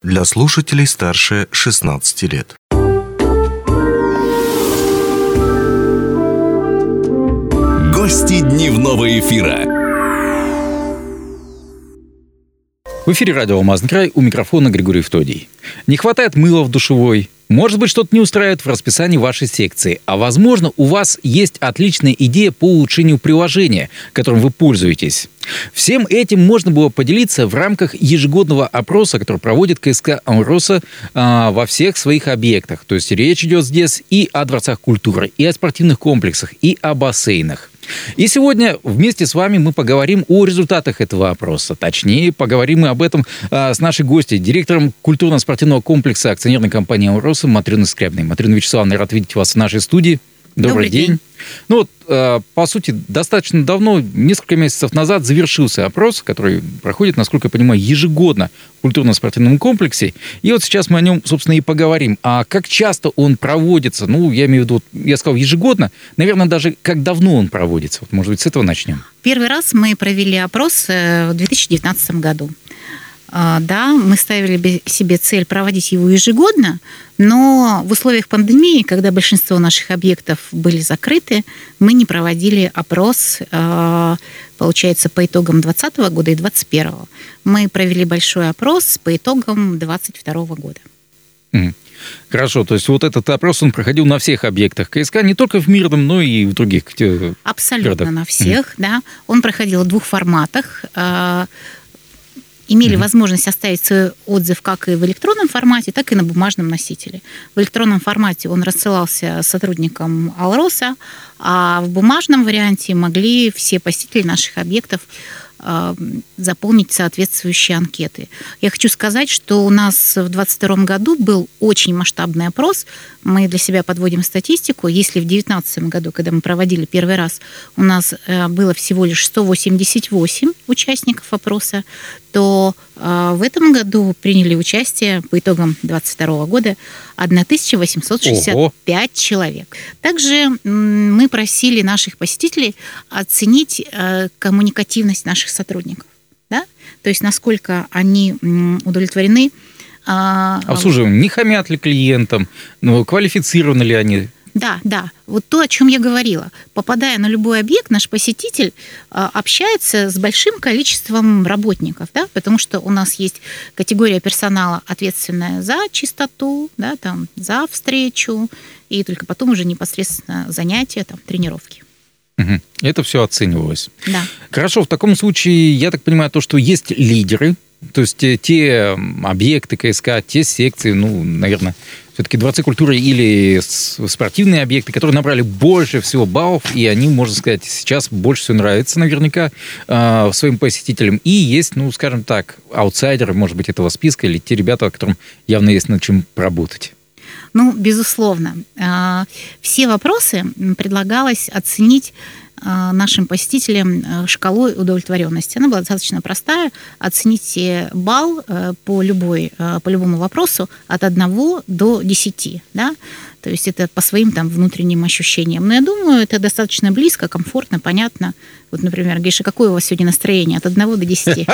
Для слушателей старше 16 лет. Гости дневного эфира. В эфире радио «Алмазный край», у микрофона Григорий Втодий. Не хватает мыла в душевой. Может быть, что-то не устраивает в расписании вашей секции. А возможно, у вас есть отличная идея по улучшению приложения, которым вы пользуетесь. Всем этим можно было поделиться в рамках ежегодного опроса, который проводит КСК «Амроса» во всех своих объектах. То есть речь идет здесь и о дворцах культуры, и о спортивных комплексах, и о бассейнах. И сегодня вместе с вами мы поговорим о результатах этого опроса. Точнее, поговорим мы об этом с нашей гостьей, директором культурно-спортивного комплекса акционерной компании «Амроса» Матреной Скрябиной. Матрена Вячеславовна, рад видеть вас в нашей студии. Добрый день. Ну вот, по сути, достаточно давно, несколько месяцев назад, завершился опрос, который проходит, насколько я понимаю, ежегодно в культурно-спортивном комплексе. И вот сейчас мы о нем, собственно, и поговорим. А как часто он проводится? Ну, я имею в виду, я сказал ежегодно, наверное, даже как давно он проводится. Вот, может быть, с этого начнем. Первый раз мы провели опрос в 2019 году. Да, мы ставили себе цель проводить его ежегодно, но в условиях пандемии, когда большинство наших объектов были закрыты, мы не проводили опрос, получается, по итогам 2020 года и 2021. Мы провели большой опрос по итогам 2022 года. Хорошо, то есть вот этот опрос, он проходил на всех объектах КСК, не только в Мирном, но и в других Абсолютно городах. На всех, да. Он проходил в двух форматах. Имели возможность оставить свой отзыв как и в электронном формате, так и на бумажном носителе. В электронном формате он рассылался сотрудникам Алроса, а в бумажном варианте могли все посетители наших объектов заполнить соответствующие анкеты. Я хочу сказать, что у нас в 2022 году был очень масштабный опрос. Мы для себя подводим статистику. Если в 2019 году, когда мы проводили первый раз, у нас было всего лишь 188 участников опроса, то в этом году приняли участие по итогам 2022 года 1865 человек. Также мы просили наших посетителей оценить коммуникативность наших сотрудников. Да? То есть насколько они удовлетворены. Обслуживаем, не хамят ли клиентам, квалифицированы ли они? Да. Вот то, о чем я говорила. Попадая на любой объект, наш посетитель общается с большим количеством работников, да, потому что у нас есть категория персонала, ответственная за чистоту, да, там, за встречу, и только потом уже непосредственно занятия, там, тренировки. Это все оценивалось. Да. Хорошо, в таком случае, я так понимаю, то, что есть лидеры, то есть те объекты КСК, те секции, наверное, все-таки дворцы культуры или спортивные объекты, которые набрали больше всего баллов, и они, можно сказать, сейчас больше всего нравятся наверняка своим посетителям. И есть, скажем так, аутсайдеры, может быть, этого списка, или те ребята, которым явно есть над чем поработать. Безусловно. Все вопросы предлагалось оценить нашим посетителям шкалой удовлетворенности. Она была достаточно простая. Оцените балл по любому вопросу от 1 до 10. Да? То есть это по своим внутренним ощущениям. Но я думаю, это достаточно близко, комфортно, понятно. Вот, например, Гриша, какое у вас сегодня настроение от 1 до 10?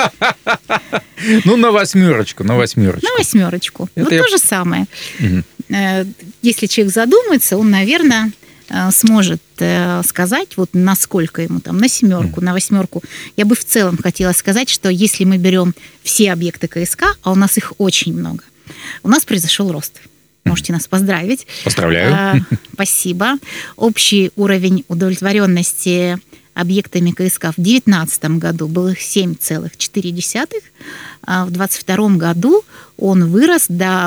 На 8. На 8. Вот то же самое. Если человек задумается, он, наверное, сможет сказать, насколько ему на 7, на 8. Я бы в целом хотела сказать, что если мы берем все объекты КСК, а у нас их очень много, у нас произошел рост. Можете нас поздравить. Поздравляю. Спасибо. Общий уровень удовлетворенности объектами КСК в 2019 году был 7,4, а в 2022 году он вырос до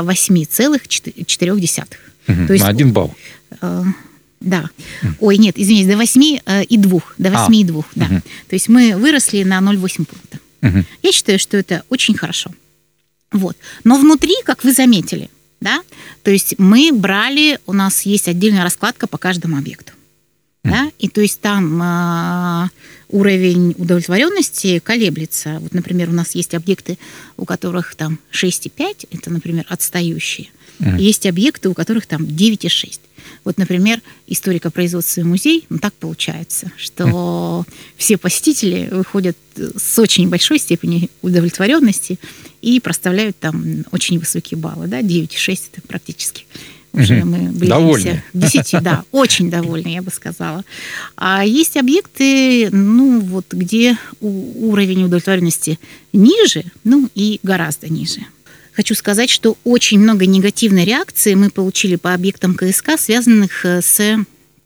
8,4. То есть, на 1 балл. Да. Ой, нет, извините, до 8,2. До 8,2, да. То есть мы выросли на 0,8 пункта. Я считаю, что это очень хорошо. Вот. Но внутри, как вы заметили, да, то есть мы брали, у нас есть отдельная раскладка по каждому объекту. Да? И то есть там уровень удовлетворенности колеблется. Вот, например, у нас есть объекты, у которых там 6,5, это, например, отстающие. Есть объекты, у которых там 9,6. Вот, например, историко-производственный музей, так получается, что все посетители выходят с очень большой степенью удовлетворенности и проставляют там очень высокие баллы, да, 9,6 это практически. Уже мы близимся к 10, да, очень довольны, я бы сказала. А есть объекты, где уровень удовлетворенности ниже, и гораздо ниже. Хочу сказать, что очень много негативной реакции мы получили по объектам КСК, связанных с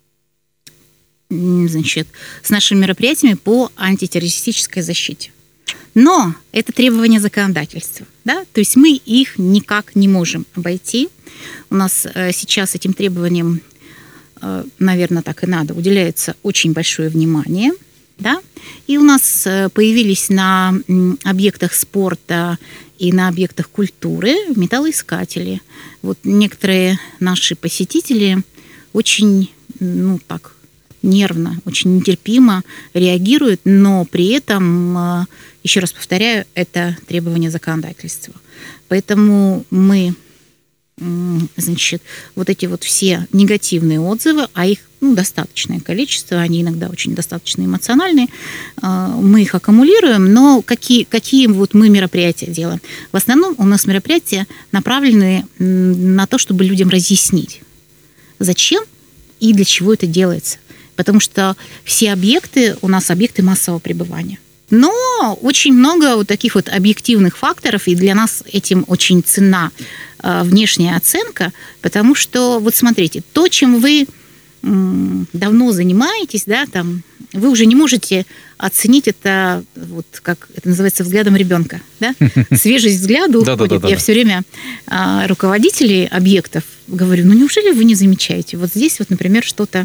нашими мероприятиями по антитеррористической защите. Но это требования законодательства, да? То есть мы их никак не можем обойти. У нас сейчас этим требованиям, наверное, так и надо, уделяется очень большое внимание, да? И у нас появились на объектах спорта и на объектах культуры металлоискатели. Вот некоторые наши посетители очень, нервно, очень нетерпимо реагируют, но при этом, еще раз повторяю, это требование законодательства. Поэтому мы, вот эти вот все негативные отзывы, а их достаточное количество, они иногда очень достаточно эмоциональные, мы их аккумулируем, но какие вот мы мероприятия делаем? В основном у нас мероприятия направлены на то, чтобы людям разъяснить, зачем и для чего это делается. Потому что все объекты у нас объекты массового пребывания. Но очень много вот таких вот объективных факторов, и для нас этим очень ценна внешняя оценка, потому что, вот смотрите, то, чем вы давно занимаетесь, да, там, вы уже не можете оценить это, вот как это называется, взглядом ребенка, да? Свежесть взгляда уходит. Я все время руководителей объектов говорю, неужели вы не замечаете? Вот здесь вот, например, что-то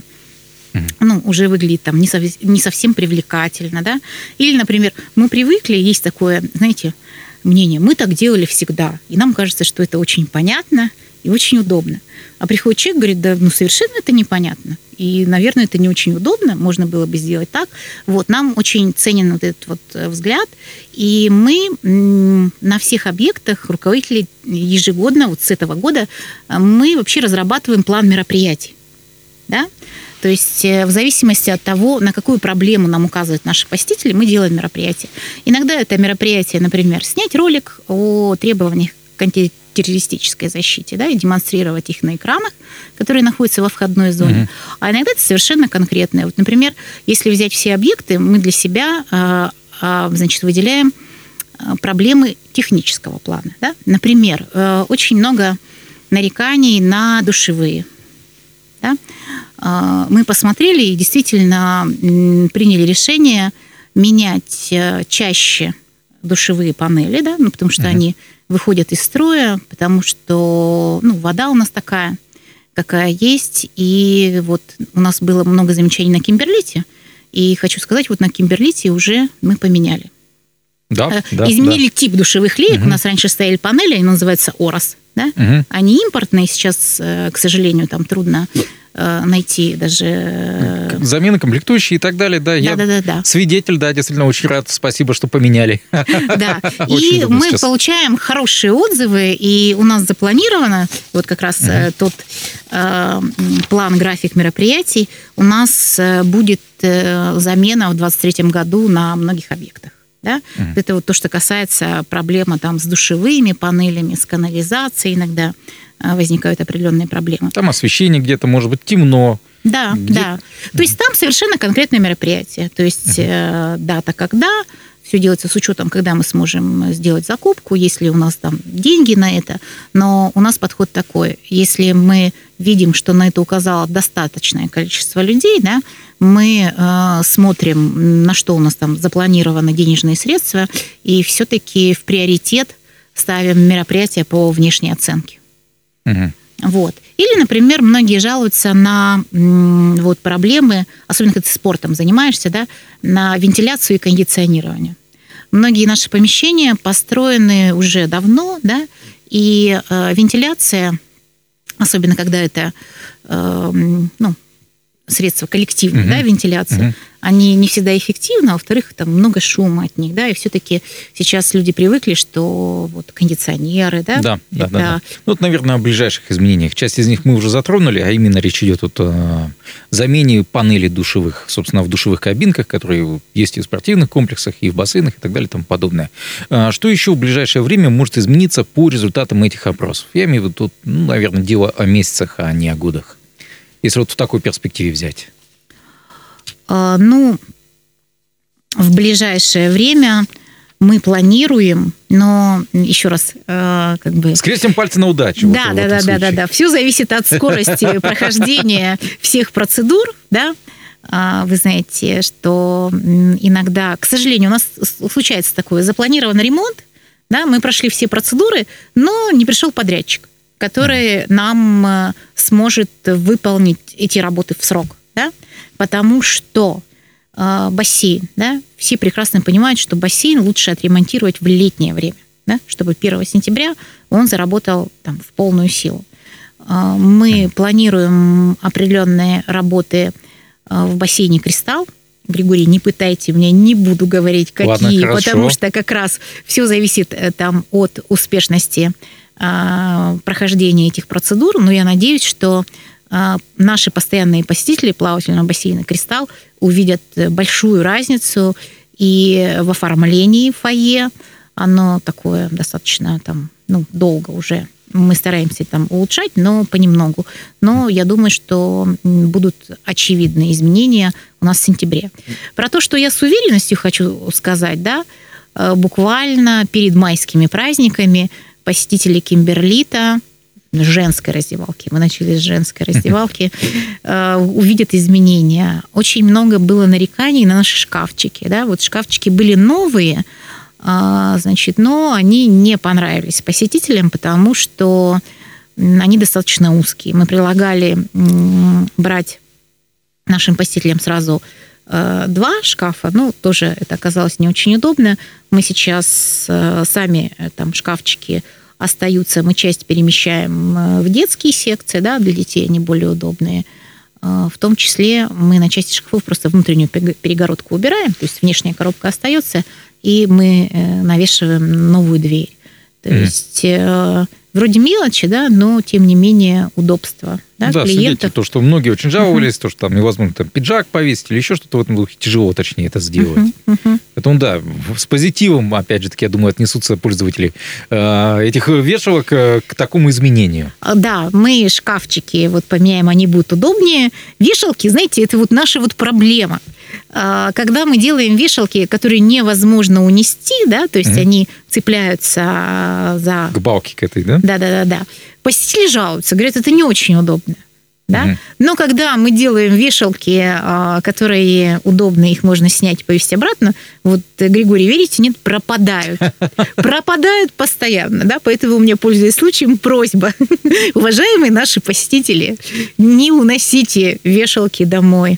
уже выглядит там не совсем привлекательно, да? Или, например, мы привыкли, есть такое, знаете, мнение, мы так делали всегда, и нам кажется, что это очень понятно и очень удобно. А приходит человек, говорит, да, совершенно это непонятно, и, наверное, это не очень удобно, можно было бы сделать так. Вот, нам очень ценен вот этот вот взгляд, и мы на всех объектах, руководители, ежегодно, вот с этого года, мы вообще разрабатываем план мероприятий, да? То есть в зависимости от того, на какую проблему нам указывают наши посетители, мы делаем мероприятие. Иногда это мероприятие, например, снять ролик о требованиях к антитеррористической защите, да, и демонстрировать их на экранах, которые находятся во входной зоне. А иногда это совершенно конкретное. Вот, например, если взять все объекты, мы для себя выделяем проблемы технического плана. Да? Например, очень много нареканий на душевые. Да? Мы посмотрели и действительно приняли решение менять чаще душевые панели, да, потому что они выходят из строя, потому что вода у нас такая, какая есть. И вот у нас было много замечаний на Кимберлите, и хочу сказать, вот на Кимберлите уже мы поменяли. Изменили тип душевых леек. У нас раньше стояли панели, они называются Орос. Да? Они импортные, сейчас, к сожалению, там трудно найти даже... Замены, комплектующие и так далее, да. Я свидетель, да, действительно очень рад, спасибо, что поменяли. Да, и мы получаем хорошие отзывы, и у нас запланировано, вот как раз тот план, график мероприятий, у нас будет замена в 2023 году на многих объектах. Да? Это вот то, что касается проблемы там, с душевыми панелями, с канализацией иногда возникают определенные проблемы. Там освещение где-то, может быть, темно. Да. То есть там совершенно конкретное мероприятие. То есть дата, когда, все делается с учетом, когда мы сможем сделать закупку, если у нас там деньги на это. Но у нас подход такой. Если мы видим, что на это указало достаточное количество людей, да, мы смотрим, на что у нас там запланированы денежные средства, и все-таки в приоритет ставим мероприятия по внешней оценке. Вот. Или, например, многие жалуются на вот, проблемы, особенно когда ты спортом занимаешься, да, на вентиляцию и кондиционирование. Многие наши помещения построены уже давно, да, и вентиляция, особенно когда это средства коллективной, да, вентиляции, они не всегда эффективны, а во-вторых, там много шума от них, да, и все-таки сейчас люди привыкли, что вот кондиционеры, да. Да. Ну, вот, наверное, о ближайших изменениях. Часть из них мы уже затронули, а именно речь идет о замене панелей душевых, собственно, в душевых кабинках, которые есть и в спортивных комплексах, и в бассейнах, и так далее, и тому подобное. Что еще в ближайшее время может измениться по результатам этих опросов? Я имею в виду тут, наверное, дело о месяцах, а не о годах. Если вот в такой перспективе взять? В ближайшее время мы планируем, но еще раз, скрестим пальцы на удачу. Да. Все зависит от скорости прохождения всех процедур, да. Вы знаете, что иногда, к сожалению, у нас случается такое: запланирован ремонт, да, мы прошли все процедуры, но не пришел подрядчик, который нам сможет выполнить эти работы в срок, да? Потому что бассейн, да, все прекрасно понимают, что бассейн лучше отремонтировать в летнее время, да, чтобы 1 сентября он заработал там в полную силу. Мы планируем определенные работы в бассейне «Кристалл». Григорий, не пытайте меня, не буду говорить, какие. Ладно, потому что как раз все зависит там от успешности прохождения этих процедур, но я надеюсь, что наши постоянные посетители плавательного бассейна «Кристалл» увидят большую разницу и в оформлении фойе. Оно такое достаточно долго уже. Мы стараемся там улучшать, но понемногу. Но я думаю, что будут очевидные изменения у нас в сентябре. Про то, что я с уверенностью хочу сказать, да, буквально перед майскими праздниками посетители Кимберлита, женской раздевалки, мы начали с женской раздевалки, увидят изменения. Очень много было нареканий на наши шкафчики. Да? Вот шкафчики были новые, но они не понравились посетителям, потому что они достаточно узкие. Мы предлагали брать нашим посетителям сразу 2 шкафа, тоже это оказалось не очень удобно. Мы сейчас сами там шкафчики остаются, мы часть перемещаем в детские секции, да, для детей они более удобные. В том числе мы на части шкафов просто внутреннюю перегородку убираем, то есть внешняя коробка остается, и мы навешиваем новую дверь. То есть вроде мелочи, да, но тем не менее удобство. Да, клиентов. То, что многие очень жаловались, то, что там невозможно там пиджак повесить или еще что-то в этом духе, тяжело, точнее, это сделать. Поэтому, да, с позитивом, опять же таки, я думаю, отнесутся пользователи этих вешалок к такому изменению. Да, мы шкафчики поменяем, они будут удобнее. Вешалки, знаете, это наша проблема. Когда мы делаем вешалки, которые невозможно унести, да, то есть они цепляются за... К балке к этой, да? Да. Посетители жалуются, говорят, это не очень удобно. Да? Но когда мы делаем вешалки, которые удобны, их можно снять и повесить обратно, Григорий, верите, нет, пропадают. Пропадают постоянно. Да? Поэтому у меня, пользуясь случаем, просьба. Уважаемые наши посетители, не уносите вешалки домой.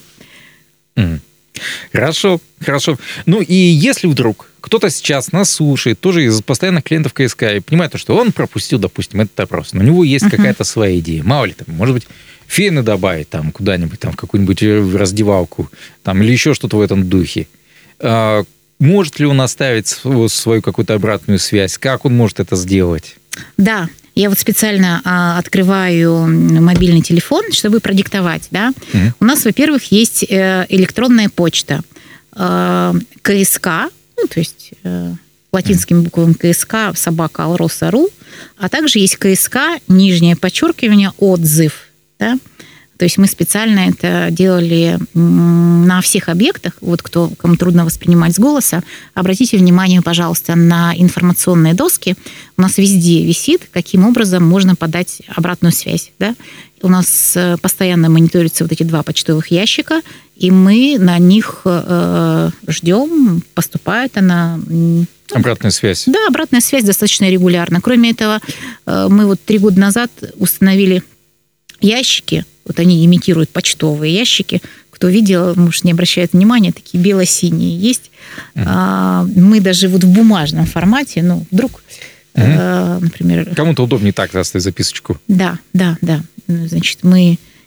Хорошо. И если вдруг кто-то сейчас нас слушает, тоже из постоянных клиентов КСК, и понимает, что он пропустил, допустим, этот опрос, но у него есть какая-то своя идея. Мало ли, там, может быть, фены добавить там, куда-нибудь, там, в какую-нибудь раздевалку, там, или еще что-то в этом духе. Может ли он оставить свою какую-то обратную связь? Как он может это сделать? Да. Я специально открываю мобильный телефон, чтобы продиктовать. Да? У нас, во-первых, есть электронная почта КСК, то есть латинскими буквами КСК @alrosa.ru, а также есть КСК, _ отзыв. Да? То есть мы специально это делали на всех объектах. Кому трудно воспринимать с голоса, обратите внимание, пожалуйста, на информационные доски. У нас везде висит, каким образом можно подать обратную связь. Да? У нас постоянно мониторятся эти 2 почтовых ящика, и мы на них ждем, поступает она... Обратная связь. Да, обратная связь достаточно регулярно. Кроме этого, мы 3 года назад установили ящики, они имитируют почтовые ящики. Кто видел, может, не обращает внимания, такие бело-синие есть. Мы даже в бумажном формате, вдруг, например... Кому-то удобнее так оставить записочку. Да. Значит, мы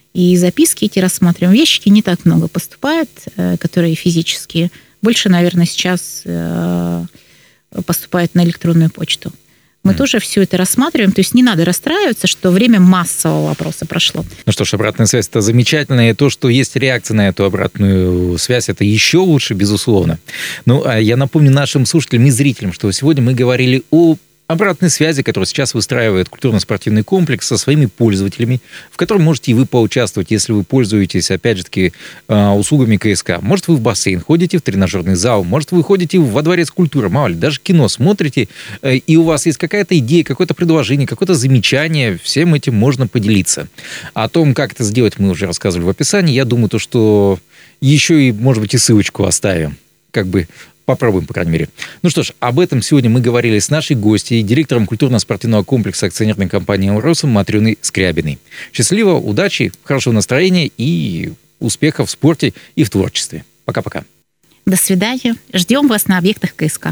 И записки эти рассматриваем. В ящики не так много поступает, которые физические. Больше, наверное, сейчас поступает на электронную почту. Мы тоже все это рассматриваем. То есть не надо расстраиваться, что время массового опроса прошло. Ну что ж, обратная связь – это замечательно. И то, что есть реакция на эту обратную связь, это еще лучше, безусловно. Ну, а я напомню нашим слушателям и зрителям, что сегодня мы говорили о обратной связи, которую сейчас выстраивает культурно-спортивный комплекс со своими пользователями, в котором можете и вы поучаствовать, если вы пользуетесь, опять же таки, услугами КСК. Может, вы в бассейн ходите, в тренажерный зал, может, вы ходите во дворец культуры, мало ли, даже кино смотрите, и у вас есть какая-то идея, какое-то предложение, какое-то замечание, всем этим можно поделиться. О том, как это сделать, мы уже рассказывали в описании. Я думаю, то, что еще и, может быть, и ссылочку оставим, как бы попробуем, по крайней мере. Ну что ж, об этом сегодня мы говорили с нашей гостьей, директором культурно-спортивного комплекса акционерной компании «Алроса» Матрёной Скрябиной. Счастливо, удачи, хорошего настроения и успехов в спорте и в творчестве. Пока-пока. До свидания. Ждем вас на объектах КСК.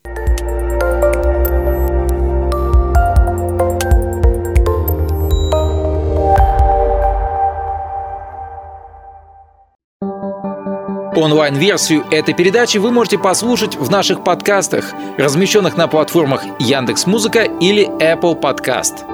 Онлайн-версию этой передачи вы можете послушать в наших подкастах, размещенных на платформах Яндекс.Музыка или Apple Podcast.